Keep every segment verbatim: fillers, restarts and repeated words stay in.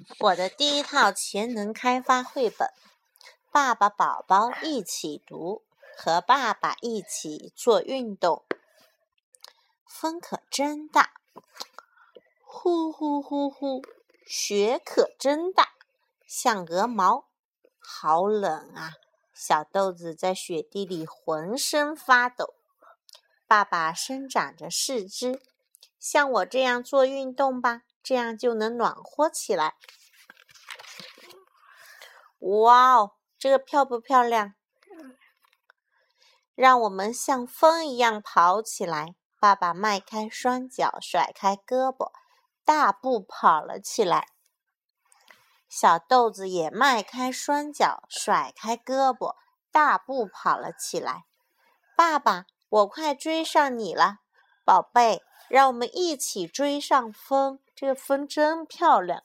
我的第一套潜能开发绘本，爸爸宝宝一起读，和爸爸一起做运动。风可真大，呼呼呼呼，雪可真大，像鹅毛，好冷啊！小豆子在雪地里浑身发抖。爸爸伸展着四肢，像我这样做运动吧，这样就能暖和起来。哇哦，这个漂不漂亮？让我们像风一样跑起来。爸爸迈开双脚，甩开胳膊，大步跑了起来。小豆子也迈开双脚，甩开胳膊，大步跑了起来。爸爸，我快追上你了，宝贝，让我们一起追上风。这个风真漂亮。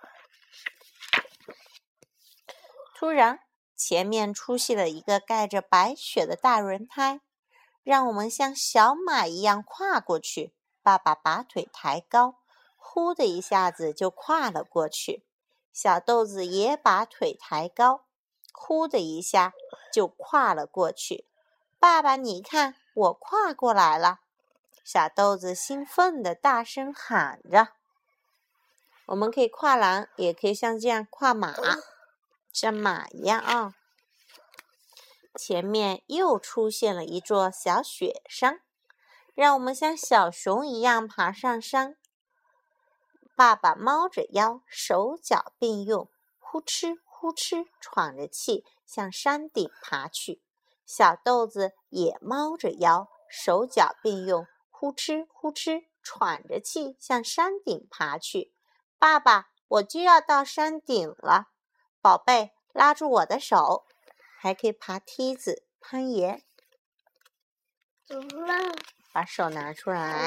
突然，前面出现了一个盖着白雪的大轮胎，让我们像小马一样跨过去。爸爸把腿抬高，呼的一下子就跨了过去。小豆子也把腿抬高，呼的一下就跨了过去。爸爸，你看，我跨过来了！小豆子兴奋地大声喊着。我们可以跨栏，也可以像这样跨马。像马一样啊！前面又出现了一座小雪山，让我们像小熊一样爬上山。爸爸猫着腰，手脚并用，呼哧呼哧喘着气向山顶爬去。小豆子也猫着腰，手脚并用，呼哧呼哧喘着气向山顶爬去。爸爸，我就要到山顶了。宝贝，拉住我的手，还可以爬梯子、攀岩。把手拿出来。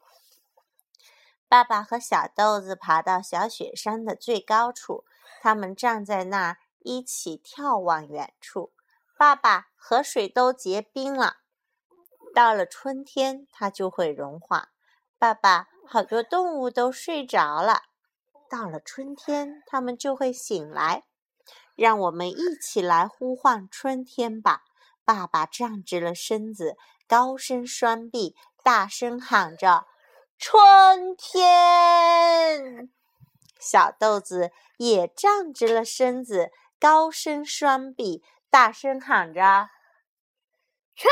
爸爸和小豆子爬到小雪山的最高处，他们站在那儿一起眺望远处。爸爸，河水都结冰了，到了春天它就会融化。爸爸，好多动物都睡着了，到了春天它们就会醒来。让我们一起来呼唤春天吧！爸爸站直了身子，高伸双臂，大声喊着：“春天！”小豆子也站直了身子，高伸双臂，大声喊着：“ 春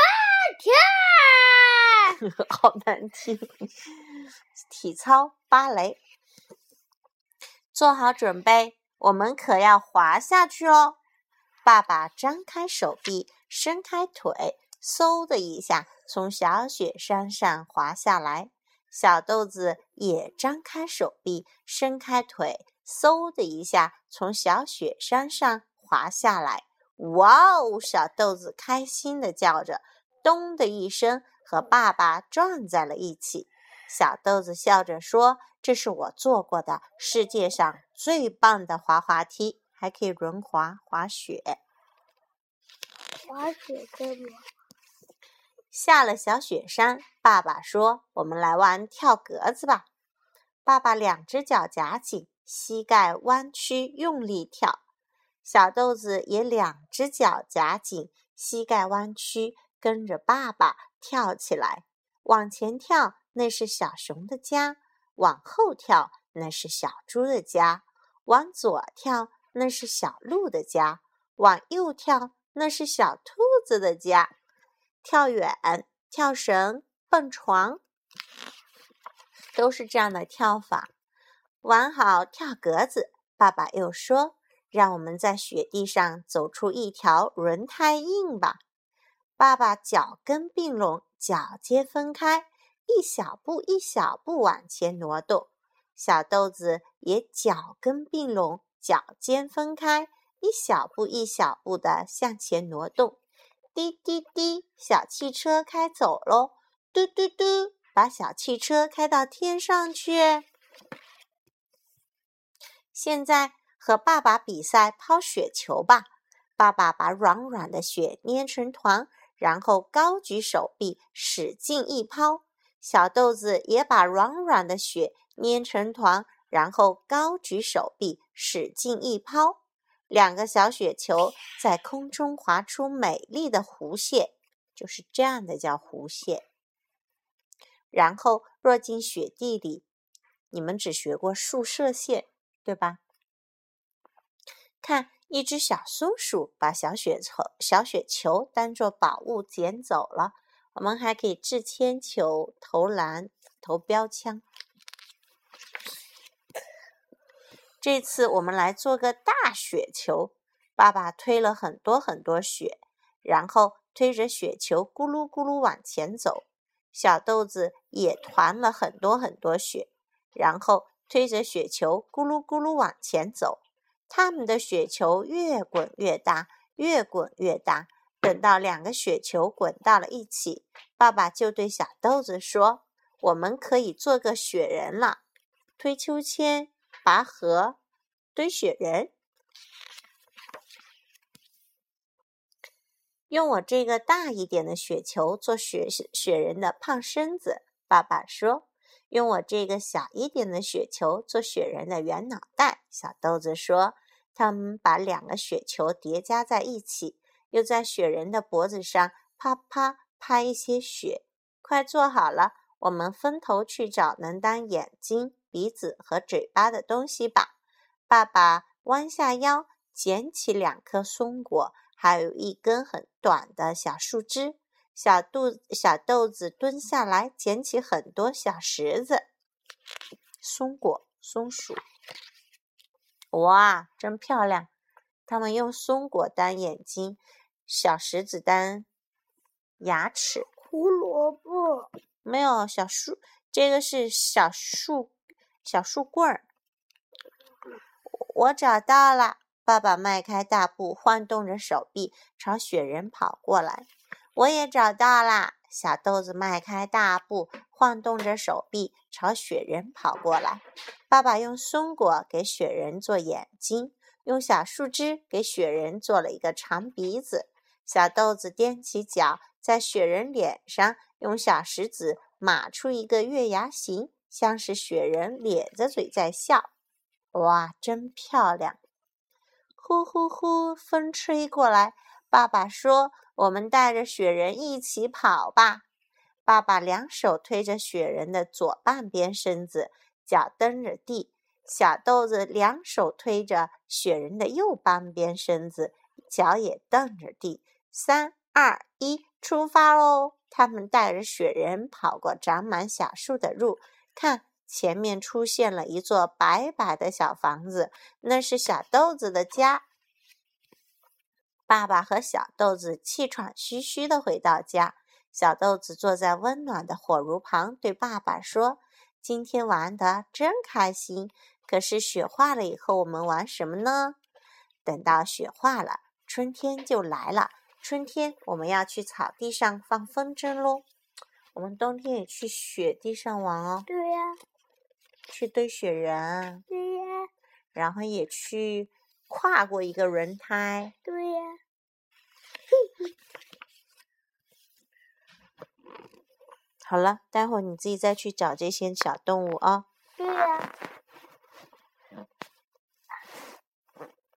天！” 好难听。体操芭蕾，做好准备。我们可要滑下去哦！爸爸张开手臂，伸开腿，嗖的一下从小雪山上滑下来。小豆子也张开手臂，伸开腿，嗖的一下从小雪山上滑下来。哇哦！小豆子开心地叫着，咚的一声和爸爸撞在了一起。小豆子笑着说，这是我做过的世界上最棒的滑滑梯，还可以轮滑滑雪。 滑雪这么下了小雪山，爸爸说，我们来玩跳格子吧。爸爸两只脚夹紧，膝盖弯曲，用力跳。小豆子也两只脚夹紧，膝盖弯曲，跟着爸爸跳起来。往前跳，那是小熊的家；往后跳，那是小猪的家；往左跳，那是小鹿的家；往右跳，那是小兔子的家。跳远、跳绳、蹦床，都是这样的跳法。玩好跳格子，爸爸又说，让我们在雪地上走出一条轮胎印吧。爸爸脚跟并拢，脚尖分开，一小步一小步往前挪动。小豆子也脚跟并拢，脚尖分开，一小步一小步地向前挪动。滴滴滴，小汽车开走喽！嘟嘟嘟，把小汽车开到天上去。现在和爸爸比赛抛雪球吧。爸爸把软软的雪捏成团，然后高举手臂，使劲一抛。小豆子也把软软的雪捏成团， 然后高举手臂，使劲一抛，两个小雪球在空中划出美丽的弧线，就是这样的叫弧线。然后落进雪地里。你们只学过竖射线，对吧？看，一只小松鼠把小雪球小雪球当作宝物捡走了。我们还可以掷铅球、投篮、投标枪。这次我们来做个大雪球。爸爸推了很多很多雪，然后推着雪球咕噜咕噜往前走。小豆子也团了很多很多雪，然后推着雪球咕噜咕噜往前走。他们的雪球越滚越大，越滚越大。等到两个雪球滚到了一起，爸爸就对小豆子说：“我们可以做个雪人了，推秋千、拔河、堆雪人。”用我这个大一点的雪球做雪雪人的胖身子，爸爸说。用我这个小一点的雪球做雪人的圆脑袋，小豆子说。他们把两个雪球叠加在一起，又在雪人的脖子上啪啪拍一些雪。快做好了，我们分头去找能当眼睛、鼻子和嘴巴的东西吧。爸爸弯下腰，捡起两颗松果，还有一根很短的小树枝。小豆小豆子蹲下来，捡起很多小石子。松果，松鼠。哇，真漂亮！他们用松果当眼睛，小石子当牙齿。 胡萝卜没有小树，这个是小树小树棍儿。我找到了！爸爸迈开大步，晃动着手臂，朝雪人跑过来。我也找到啦！小豆子迈开大步，晃动着手臂，朝雪人跑过来。爸爸用松果给雪人做眼睛，用小树枝给雪人做了一个长鼻子。小豆子踮起脚，在雪人脸上用小石子码出一个月牙形，像是雪人咧着嘴在笑。哇，真漂亮！呼呼呼，风吹过来。爸爸说：“我们带着雪人一起跑吧。”爸爸两手推着雪人的左半边身子，脚蹬着地。小豆子两手推着雪人的右半边身子，脚也蹬着地。三、二、一，出发喽！他们带着雪人跑过长满小树的路，看，前面出现了一座白白的小房子，那是小豆子的家。爸爸和小豆子气喘吁吁地回到家。小豆子坐在温暖的火炉旁，对爸爸说：“今天玩得真开心，可是雪化了以后，我们玩什么呢？”等到雪化了，春天就来了。春天我们要去草地上放风筝喽。我们冬天也去雪地上玩哦。 对呀。 去堆雪人。 对呀。 然后也去跨过一个轮胎。 对呀。 好了，待会儿你自己再去找这些小动物啊。